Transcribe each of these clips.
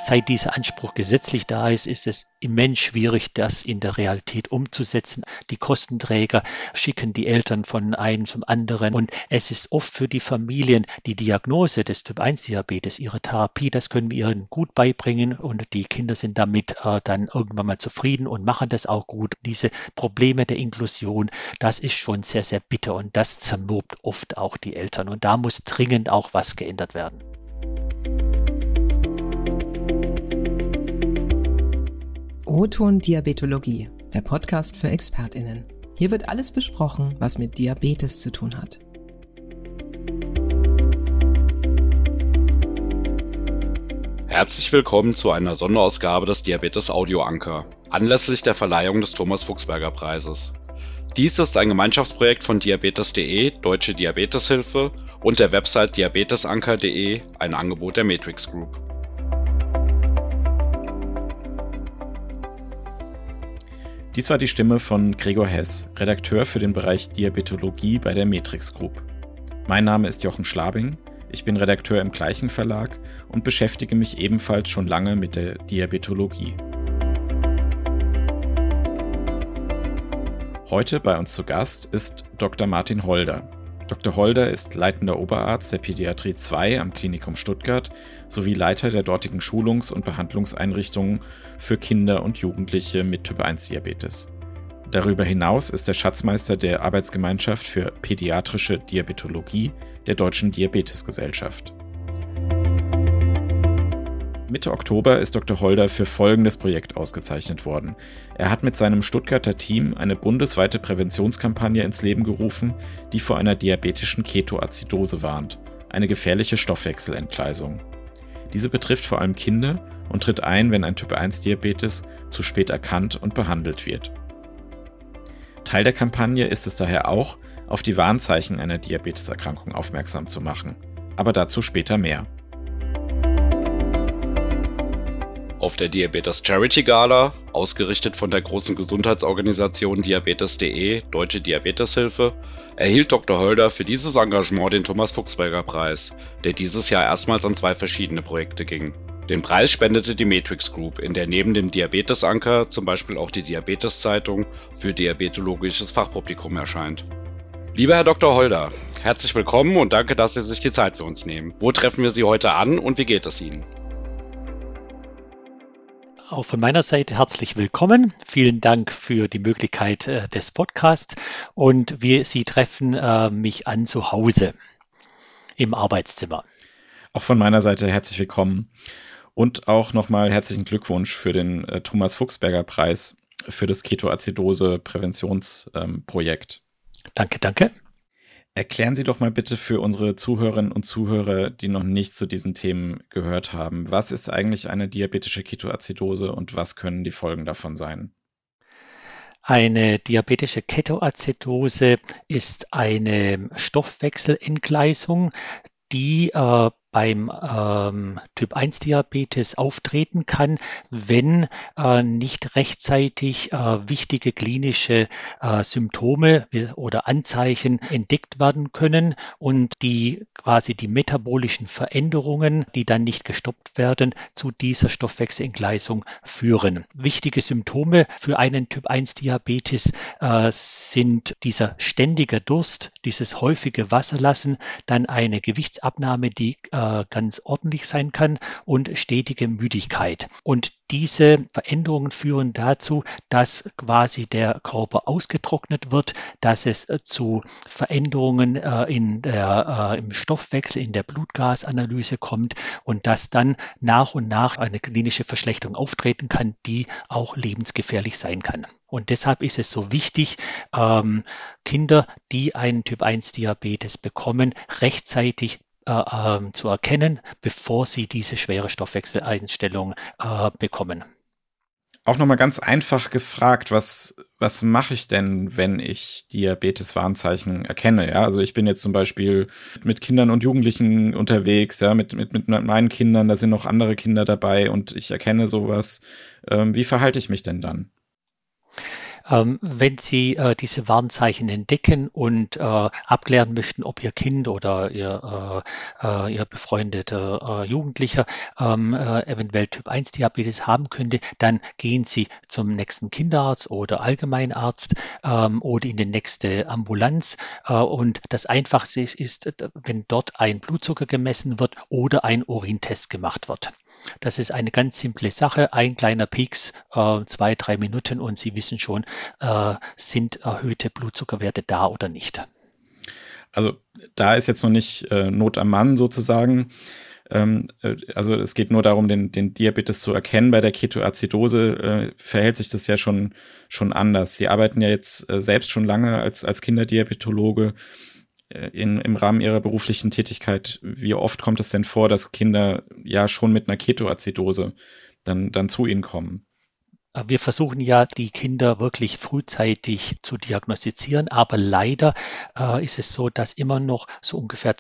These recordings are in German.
Seit dieser Anspruch gesetzlich da ist, ist es immens schwierig, das in der Realität umzusetzen. Die Kostenträger schicken die Eltern von einem zum anderen und es ist oft für die Familien die Diagnose des Typ-1-Diabetes, ihre Therapie, das können wir ihnen gut beibringen und die Kinder sind damit dann irgendwann mal zufrieden und machen das auch gut. Diese Probleme der Inklusion, das ist schon sehr, sehr bitter und das zermürbt oft auch die Eltern und da muss dringend auch was geändert werden. O-Ton Diabetologie, der Podcast für ExpertInnen. Hier wird alles besprochen, was mit Diabetes zu tun hat. Herzlich willkommen zu einer Sonderausgabe des Diabetes Audio Anchor, anlässlich der Verleihung des Thomas-Fuchsberger-Preises. Dies ist ein Gemeinschaftsprojekt von diabetes.de, Deutsche Diabeteshilfe und der Website diabetesanchor.de, ein Angebot der Matrix Group. Dies war die Stimme von Gregor Hess, Redakteur für den Bereich Diabetologie bei der Matrix Group. Mein Name ist Jochen Schlabing, ich bin Redakteur im gleichen Verlag und beschäftige mich ebenfalls schon lange mit der Diabetologie. Heute bei uns zu Gast ist Dr. Martin Holder. Dr. Holder ist leitender Oberarzt der Pädiatrie 2 am Klinikum Stuttgart sowie Leiter der dortigen Schulungs- und Behandlungseinrichtungen für Kinder und Jugendliche mit Typ-1-Diabetes. Darüber hinaus ist er Schatzmeister der Arbeitsgemeinschaft für pädiatrische Diabetologie der Deutschen Diabetesgesellschaft. Mitte Oktober ist Dr. Holder für folgendes Projekt ausgezeichnet worden. Er hat mit seinem Stuttgarter Team eine bundesweite Präventionskampagne ins Leben gerufen, die vor einer diabetischen Ketoazidose warnt, eine gefährliche Stoffwechselentgleisung. Diese betrifft vor allem Kinder und tritt ein, wenn ein Typ-1-Diabetes zu spät erkannt und behandelt wird. Teil der Kampagne ist es daher auch, auf die Warnzeichen einer Diabeteserkrankung aufmerksam zu machen. Aber dazu später mehr. Auf der Diabetes Charity Gala, ausgerichtet von der großen Gesundheitsorganisation diabetes.de, Deutsche Diabeteshilfe, erhielt Dr. Holder für dieses Engagement den Thomas-Fuchsberger-Preis, der dieses Jahr erstmals an 2 verschiedene Projekte ging. Den Preis spendete die Matrix Group, in der neben dem Diabetes-Anchor zum Beispiel auch die Diabetes-Zeitung für diabetologisches Fachpublikum erscheint. Lieber Herr Dr. Holder, herzlich willkommen und danke, dass Sie sich die Zeit für uns nehmen. Wo treffen wir Sie heute an und wie geht es Ihnen? Auch von meiner Seite herzlich willkommen. Vielen Dank für die Möglichkeit des Podcasts und Sie treffen mich an zu Hause im Arbeitszimmer. Auch von meiner Seite herzlich willkommen und auch nochmal herzlichen Glückwunsch für den Thomas-Fuchsberger-Preis für das Ketoazidose-Präventionsprojekt. Danke. Erklären Sie doch mal bitte für unsere Zuhörerinnen und Zuhörer, die noch nicht zu diesen Themen gehört haben, was ist eigentlich eine diabetische Ketoazidose und was können die Folgen davon sein? Eine diabetische Ketoazidose ist eine Stoffwechselentgleisung, die beim Typ-1-Diabetes auftreten kann, wenn nicht rechtzeitig wichtige klinische Symptome oder Anzeichen entdeckt werden können und die quasi die metabolischen Veränderungen, die dann nicht gestoppt werden, zu dieser Stoffwechselentgleisung führen. Wichtige Symptome für einen Typ-1-Diabetes sind dieser ständige Durst, dieses häufige Wasserlassen, dann eine Gewichtsabnahme, die ganz ordentlich sein kann und stetige Müdigkeit. Und diese Veränderungen führen dazu, dass quasi der Körper ausgetrocknet wird, dass es zu Veränderungen im Stoffwechsel, in der Blutgasanalyse kommt und dass dann nach und nach eine klinische Verschlechterung auftreten kann, die auch lebensgefährlich sein kann. Und deshalb ist es so wichtig, Kinder, die einen Typ-1-Diabetes bekommen, rechtzeitig zu erkennen, bevor sie diese schwere Stoffwechseleinstellung bekommen. Auch nochmal ganz einfach gefragt, was mache ich denn, wenn ich Diabetes-Warnzeichen erkenne? Ja, also ich bin jetzt zum Beispiel mit Kindern und Jugendlichen unterwegs, ja, mit meinen Kindern, da sind noch andere Kinder dabei und ich erkenne sowas. Wie verhalte ich mich denn dann? Wenn Sie diese Warnzeichen entdecken und abklären möchten, ob Ihr Kind oder Ihr befreundeter Jugendlicher eventuell Typ-1-Diabetes haben könnte, dann gehen Sie zum nächsten Kinderarzt oder Allgemeinarzt oder in die nächste Ambulanz. Und das Einfachste ist, wenn dort ein Blutzucker gemessen wird oder ein Urintest gemacht wird. Das ist eine ganz simple Sache, ein kleiner Pieks, 2-3 Minuten und Sie wissen schon, sind erhöhte Blutzuckerwerte da oder nicht. Also da ist jetzt noch nicht Not am Mann sozusagen. Also es geht nur darum, den Diabetes zu erkennen. Bei der Ketoazidose verhält sich das ja schon anders. Sie arbeiten ja jetzt selbst schon lange als Kinderdiabetologe im Rahmen Ihrer beruflichen Tätigkeit. Wie oft kommt es denn vor, dass Kinder ja schon mit einer Ketoazidose dann zu Ihnen kommen? Wir versuchen ja, die Kinder wirklich frühzeitig zu diagnostizieren, aber leider ist es so, dass immer noch so ungefähr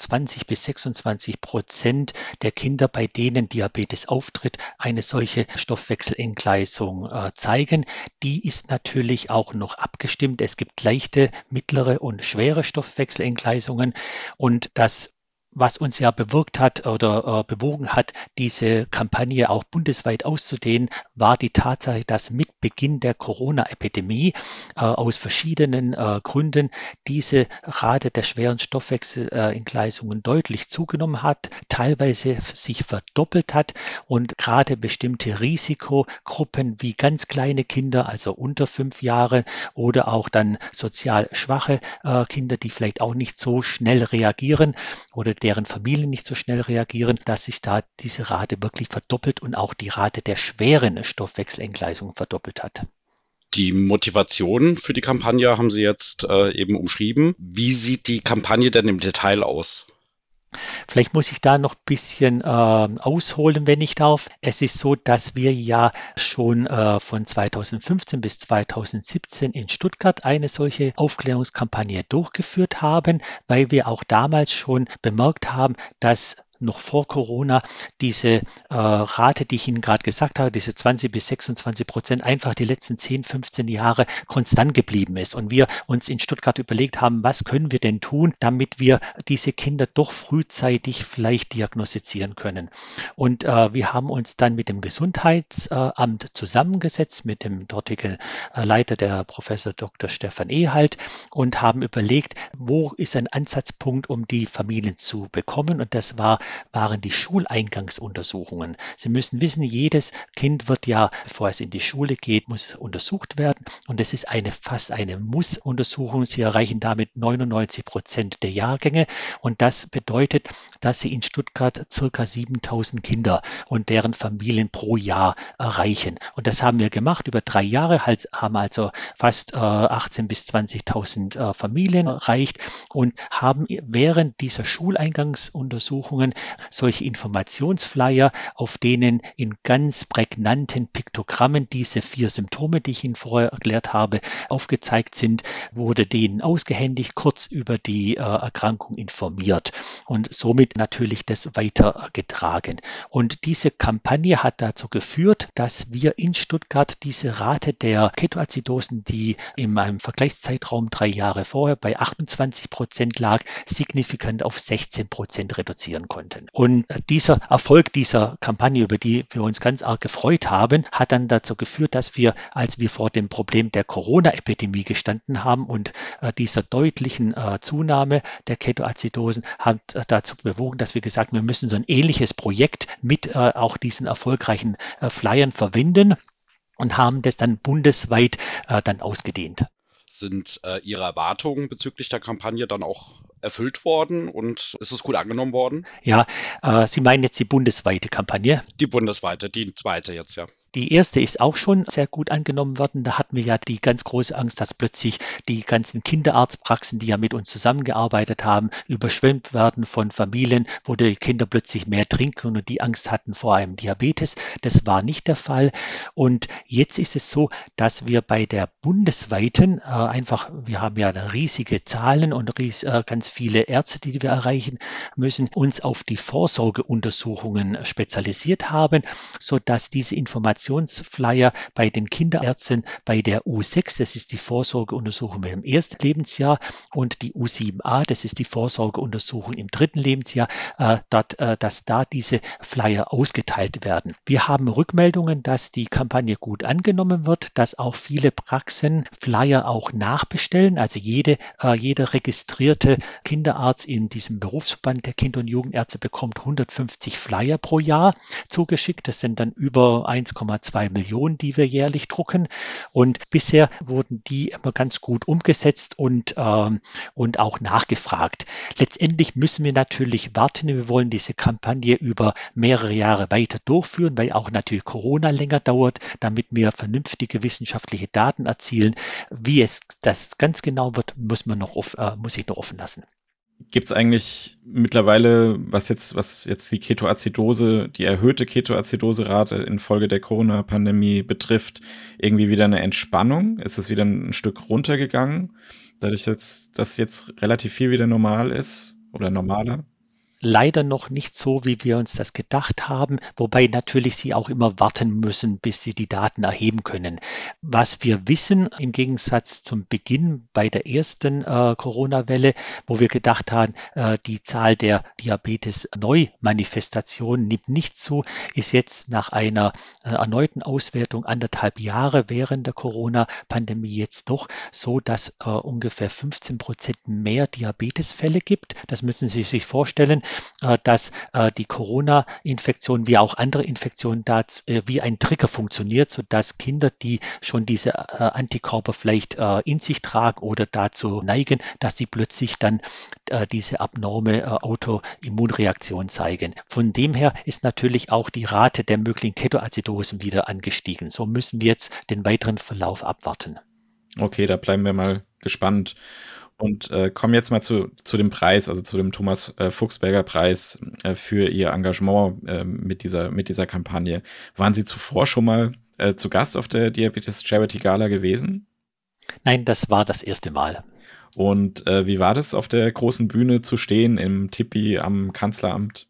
20-26% der Kinder, bei denen Diabetes auftritt, eine solche Stoffwechselentgleisung zeigen. Die ist natürlich auch noch abgestimmt. Es gibt leichte, mittlere und schwere Stoffwechselentgleisungen und das was uns ja bewirkt hat oder bewogen hat, diese Kampagne auch bundesweit auszudehnen, war die Tatsache, dass mit Beginn der Corona-Epidemie aus verschiedenen Gründen diese Rate der schweren Stoffwechselentgleisungen deutlich zugenommen hat, teilweise sich verdoppelt hat und gerade bestimmte Risikogruppen wie ganz kleine Kinder, also unter 5 Jahre oder auch dann sozial schwache Kinder, die vielleicht auch nicht so schnell reagieren oder deren Familien nicht so schnell reagieren, dass sich da diese Rate wirklich verdoppelt und auch die Rate der schweren Stoffwechselentgleisungen verdoppelt hat. Die Motivation für die Kampagne haben Sie jetzt eben umschrieben. Wie sieht die Kampagne denn im Detail aus? Vielleicht muss ich da noch ein bisschen ausholen, wenn ich darf. Es ist so, dass wir ja schon von 2015 bis 2017 in Stuttgart eine solche Aufklärungskampagne durchgeführt haben, weil wir auch damals schon bemerkt haben, dass noch vor Corona diese Rate, die ich Ihnen gerade gesagt habe, diese 20-26%, einfach die letzten 10, 15 Jahre konstant geblieben ist. Und wir uns in Stuttgart überlegt haben, was können wir denn tun, damit wir diese Kinder doch frühzeitig vielleicht diagnostizieren können. Und wir haben uns dann mit dem Gesundheitsamt zusammengesetzt, mit dem dortigen Leiter, der Professor Dr. Stefan Ehalt, und haben überlegt, wo ist ein Ansatzpunkt, um die Familien zu bekommen. Und das waren die Schuleingangsuntersuchungen. Sie müssen wissen, jedes Kind wird ja, bevor es in die Schule geht, muss untersucht werden. Und das ist fast eine Muss-Untersuchung. Sie erreichen damit 99% der Jahrgänge. Und das bedeutet, dass Sie in Stuttgart circa 7.000 Kinder und deren Familien pro Jahr erreichen. Und das haben wir gemacht über 3 Jahre, haben also fast 18.000 bis 20.000 Familien erreicht und haben während dieser Schuleingangsuntersuchungen solche Informationsflyer, auf denen in ganz prägnanten Piktogrammen diese 4 Symptome, die ich Ihnen vorher erklärt habe, aufgezeigt sind, wurde denen ausgehändigt, kurz über die Erkrankung informiert und somit natürlich das weitergetragen. Und diese Kampagne hat dazu geführt, dass wir in Stuttgart diese Rate der Ketoazidosen, die in einem Vergleichszeitraum 3 Jahre vorher bei 28% lag, signifikant auf 16% reduzieren konnten. Und dieser Erfolg dieser Kampagne, über die wir uns ganz arg gefreut haben, hat dann dazu geführt, dass wir, als wir vor dem Problem der Corona-Epidemie gestanden haben und dieser deutlichen Zunahme der Ketoazidosen, hat dazu bewogen, dass wir gesagt haben, wir müssen so ein ähnliches Projekt mit auch diesen erfolgreichen Flyern verwenden und haben das dann bundesweit dann ausgedehnt. Sind Ihre Erwartungen bezüglich der Kampagne dann auch erfüllt worden und ist es gut angenommen worden? Ja, Sie meinen jetzt die bundesweite Kampagne? Die bundesweite, die zweite jetzt, ja. Die erste ist auch schon sehr gut angenommen worden. Da hatten wir ja die ganz große Angst, dass plötzlich die ganzen Kinderarztpraxen, die ja mit uns zusammengearbeitet haben, überschwemmt werden von Familien, wo die Kinder plötzlich mehr trinken und die Angst hatten vor einem Diabetes. Das war nicht der Fall. Und jetzt ist es so, dass wir bei der bundesweiten wir haben ja riesige Zahlen und ganz viele Ärzte, die wir erreichen müssen, uns auf die Vorsorgeuntersuchungen spezialisiert haben, sodass diese Informationsflyer bei den Kinderärzten bei der U6, das ist die Vorsorgeuntersuchung im ersten Lebensjahr, und die U7a, das ist die Vorsorgeuntersuchung im dritten Lebensjahr, dass da diese Flyer ausgeteilt werden. Wir haben Rückmeldungen, dass die Kampagne gut angenommen wird, dass auch viele Praxen Flyer auch nachbestellen. Also jeder registrierte Kinderarzt in diesem Berufsverband der Kinder- und Jugendärzte bekommt 150 Flyer pro Jahr zugeschickt. Das sind dann über 1,2 Millionen, die wir jährlich drucken. Und bisher wurden die immer ganz gut umgesetzt und auch nachgefragt. Letztendlich müssen wir natürlich warten. Wir wollen diese Kampagne über mehrere Jahre weiter durchführen, weil auch natürlich Corona länger dauert, damit wir vernünftige wissenschaftliche Daten erzielen. Wie es das ganz genau wird, muss ich noch offen lassen. Gibt es eigentlich mittlerweile, was jetzt die Ketoazidose, die erhöhte Ketoazidoserate infolge der Corona-Pandemie betrifft, irgendwie wieder eine Entspannung? Ist es wieder ein Stück runtergegangen, dadurch, dass jetzt relativ viel wieder normal ist oder normaler? Leider noch nicht so, wie wir uns das gedacht haben, wobei natürlich Sie auch immer warten müssen, bis Sie die Daten erheben können. Was wir wissen, im Gegensatz zum Beginn bei der ersten Corona-Welle, wo wir gedacht haben, die Zahl der Diabetes-Neumanifestationen nimmt nicht zu, ist jetzt nach einer erneuten Auswertung 1,5 Jahre während der Corona-Pandemie jetzt doch so, dass ungefähr 15% mehr Diabetesfälle gibt. Das müssen Sie sich vorstellen, dass die Corona-Infektion wie auch andere Infektionen wie ein Trigger funktioniert, sodass Kinder, die schon diese Antikörper vielleicht in sich tragen oder dazu neigen, dass sie plötzlich dann diese abnorme Autoimmunreaktion zeigen. Von dem her ist natürlich auch die Rate der möglichen Ketoazidosen wieder angestiegen. So müssen wir jetzt den weiteren Verlauf abwarten. Okay, da bleiben wir mal gespannt. Und kommen jetzt mal zu dem Preis, also zu dem Thomas Fuchsberger Preis für Ihr Engagement mit dieser Kampagne. Waren Sie zuvor schon mal zu Gast auf der Diabetes Charity Gala gewesen? Nein, das war das erste Mal. Und wie war das, auf der großen Bühne zu stehen im Tipi am Kanzleramt?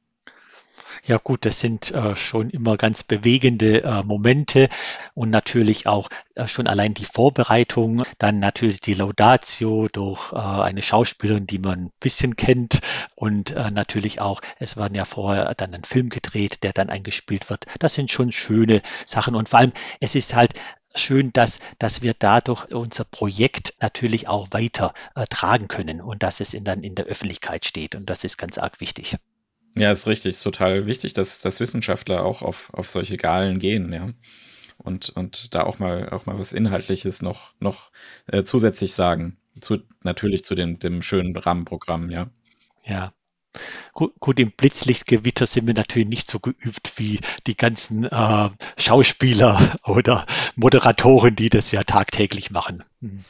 Ja gut, das sind schon immer ganz bewegende Momente und natürlich auch schon allein die Vorbereitung, dann natürlich die Laudatio durch eine Schauspielerin, die man ein bisschen kennt und natürlich auch, es werden ja vorher dann ein Film gedreht, der dann eingespielt wird. Das sind schon schöne Sachen und vor allem, es ist halt schön, dass wir dadurch unser Projekt natürlich auch weiter tragen können und dass es dann in der Öffentlichkeit steht und das ist ganz arg wichtig. Ja, ist richtig, ist total wichtig, dass Wissenschaftler auch auf solche Galen gehen, ja. Und da auch mal was Inhaltliches noch zusätzlich sagen. Natürlich zu dem schönen Rahmenprogramm, ja. Ja. Gut, im Blitzlichtgewitter sind wir natürlich nicht so geübt wie die ganzen Schauspieler oder Moderatoren, die das ja tagtäglich machen.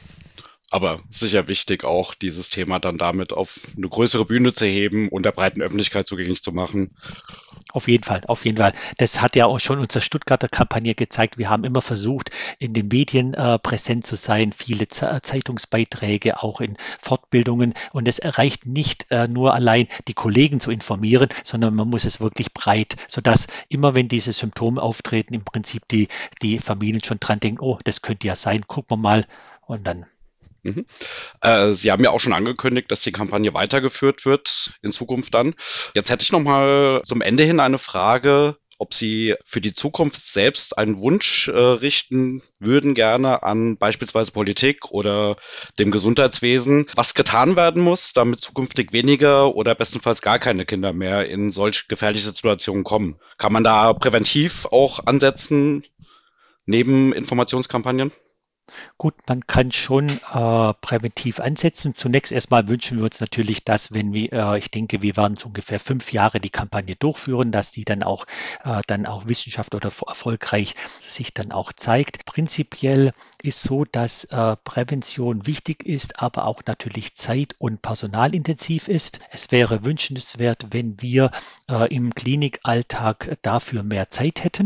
Aber sicher wichtig, auch dieses Thema dann damit auf eine größere Bühne zu heben und der breiten Öffentlichkeit zugänglich zu machen. Auf jeden Fall. Das hat ja auch schon unsere Stuttgarter Kampagne gezeigt. Wir haben immer versucht, in den Medien präsent zu sein, viele Zeitungsbeiträge, auch in Fortbildungen. Und es reicht nicht nur allein, die Kollegen zu informieren, sondern man muss es wirklich breit, sodass immer, wenn diese Symptome auftreten, im Prinzip die Familien schon dran denken, oh, das könnte ja sein, gucken wir mal und dann. Mhm. Sie haben ja auch schon angekündigt, dass die Kampagne weitergeführt wird in Zukunft dann. Jetzt hätte ich noch mal zum Ende hin eine Frage, ob Sie für die Zukunft selbst einen Wunsch richten würden, gerne an beispielsweise Politik oder dem Gesundheitswesen, was getan werden muss, damit zukünftig weniger oder bestenfalls gar keine Kinder mehr in solch gefährliche Situationen kommen. Kann man da präventiv auch ansetzen, neben Informationskampagnen? Gut, man kann schon präventiv ansetzen. Zunächst erstmal wünschen wir uns natürlich, dass wenn wir, ich denke, wir werden so ungefähr 5 Jahre die Kampagne durchführen, dass die dann auch Wissenschaft oder erfolgreich sich dann auch zeigt. Prinzipiell ist so, dass Prävention wichtig ist, aber auch natürlich zeit- und personalintensiv ist. Es wäre wünschenswert, wenn wir im Klinikalltag dafür mehr Zeit hätten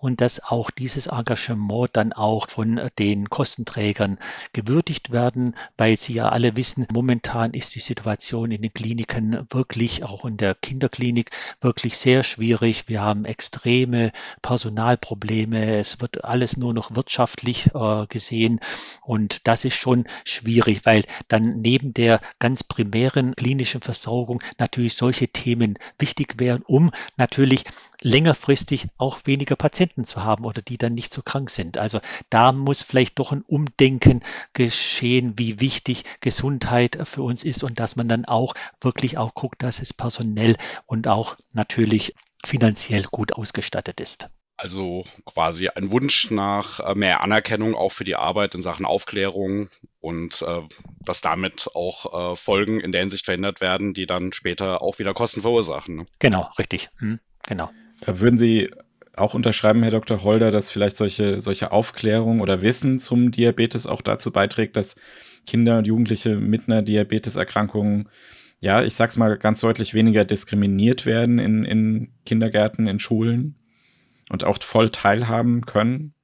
und dass auch dieses Engagement dann auch von den Kostenträgern gewürdigt werden, weil Sie ja alle wissen, momentan ist die Situation in den Kliniken wirklich, auch in der Kinderklinik, wirklich sehr schwierig. Wir haben extreme Personalprobleme. Es wird alles nur noch wirtschaftlich gesehen und das ist schon schwierig, weil dann neben der ganz primären klinischen Versorgung natürlich solche Themen wichtig wären, um natürlich längerfristig auch weniger Patienten zu haben oder die dann nicht so krank sind. Also da muss vielleicht doch ein Umdenken geschehen, wie wichtig Gesundheit für uns ist und dass man dann auch wirklich auch guckt, dass es personell und auch natürlich finanziell gut ausgestattet ist. Also quasi ein Wunsch nach mehr Anerkennung auch für die Arbeit in Sachen Aufklärung und dass damit auch Folgen in der Hinsicht verhindert werden, die dann später auch wieder Kosten verursachen. Ne? Genau, richtig. Genau. Würden Sie auch unterschreiben, Herr Dr. Holder, dass vielleicht solche Aufklärung oder Wissen zum Diabetes auch dazu beiträgt, dass Kinder und Jugendliche mit einer Diabeteserkrankung, ja, ich sag's mal ganz deutlich, weniger diskriminiert werden in Kindergärten, in Schulen und auch voll teilhaben können?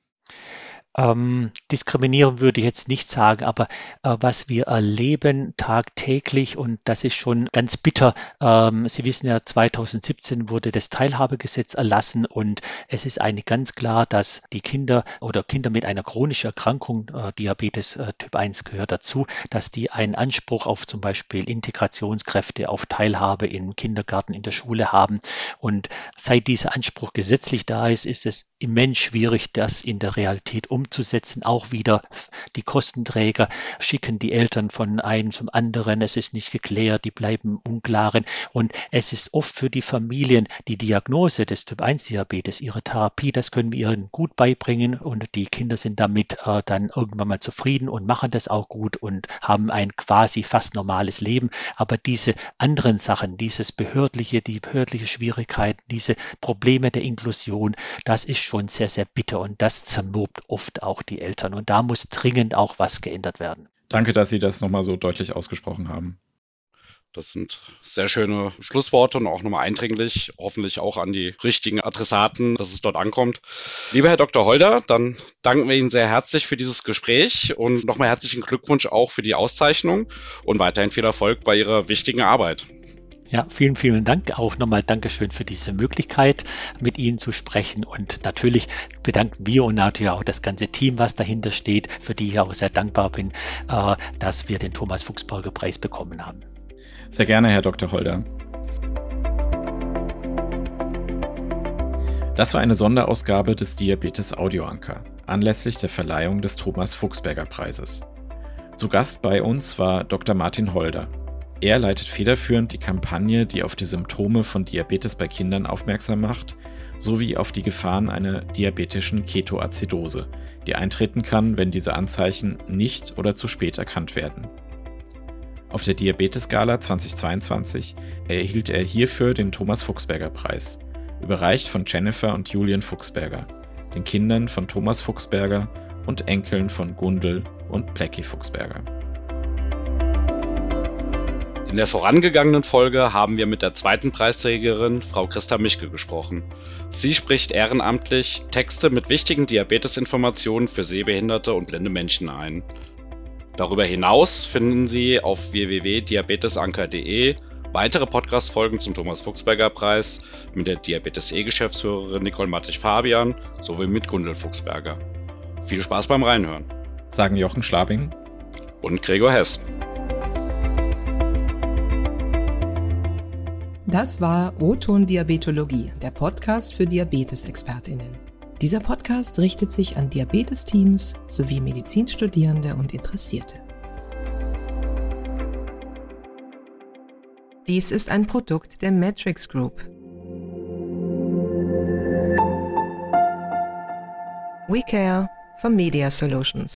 Diskriminieren würde ich jetzt nicht sagen, aber was wir erleben tagtäglich und das ist schon ganz bitter. Sie wissen ja, 2017 wurde das Teilhabegesetz erlassen und es ist eigentlich ganz klar, dass die Kinder oder Kinder mit einer chronischen Erkrankung, Diabetes Typ 1 gehört dazu, dass die einen Anspruch auf zum Beispiel Integrationskräfte, auf Teilhabe im Kindergarten, in der Schule haben. Und seit dieser Anspruch gesetzlich da ist, ist es immens schwierig, das in der Realität umzusetzen. Auch wieder die Kostenträger schicken die Eltern von einem zum anderen. Es ist nicht geklärt, die bleiben unklaren. Und es ist oft für die Familien die Diagnose des Typ-1-Diabetes, ihre Therapie, das können wir ihnen gut beibringen und die Kinder sind damit dann irgendwann mal zufrieden und machen das auch gut und haben ein quasi fast normales Leben. Aber diese anderen Sachen, die behördliche Schwierigkeiten, diese Probleme der Inklusion, das ist schon sehr, sehr bitter und das zermürbt oft auch die Eltern. Und da muss dringend auch was geändert werden. Danke, dass Sie das nochmal so deutlich ausgesprochen haben. Das sind sehr schöne Schlussworte und auch nochmal eindringlich, hoffentlich auch an die richtigen Adressaten, dass es dort ankommt. Lieber Herr Dr. Holder, dann danken wir Ihnen sehr herzlich für dieses Gespräch und nochmal herzlichen Glückwunsch auch für die Auszeichnung und weiterhin viel Erfolg bei Ihrer wichtigen Arbeit. Ja, vielen, vielen Dank. Auch nochmal Dankeschön für diese Möglichkeit, mit Ihnen zu sprechen. Und natürlich bedanken wir und natürlich auch das ganze Team, was dahinter steht, für die ich auch sehr dankbar bin, dass wir den Thomas-Fuchsberger-Preis bekommen haben. Sehr gerne, Herr Dr. Holder. Das war eine Sonderausgabe des Diabetes Audio Anchor, anlässlich der Verleihung des Thomas-Fuchsberger-Preises. Zu Gast bei uns war Dr. Martin Holder. Er leitet federführend die Kampagne, die auf die Symptome von Diabetes bei Kindern aufmerksam macht, sowie auf die Gefahren einer diabetischen Ketoazidose, die eintreten kann, wenn diese Anzeichen nicht oder zu spät erkannt werden. Auf der Diabetes-Gala 2022 erhielt er hierfür den Thomas-Fuchsberger-Preis, überreicht von Jennifer und Julian Fuchsberger, den Kindern von Thomas Fuchsberger und Enkeln von Gundel und Blackie Fuchsberger. In der vorangegangenen Folge haben wir mit der zweiten Preisträgerin, Frau Christa Mischke, gesprochen. Sie spricht ehrenamtlich Texte mit wichtigen Diabetesinformationen für sehbehinderte und blinde Menschen ein. Darüber hinaus finden Sie auf www.diabetesanker.de weitere Podcast-Folgen zum Thomas-Fuchsberger-Preis mit der Diabetes-E-Geschäftsführerin Nicole Mattig-Fabian sowie mit Gundel Fuchsberger. Viel Spaß beim Reinhören. Sagen Jochen Schlabing und Gregor Hess. Das war O-Ton Diabetologie, der Podcast für Diabetes-ExpertInnen. Dieser Podcast richtet sich an Diabetesteams sowie Medizinstudierende und Interessierte. Dies ist ein Produkt der Matrix Group. We care for Media Solutions.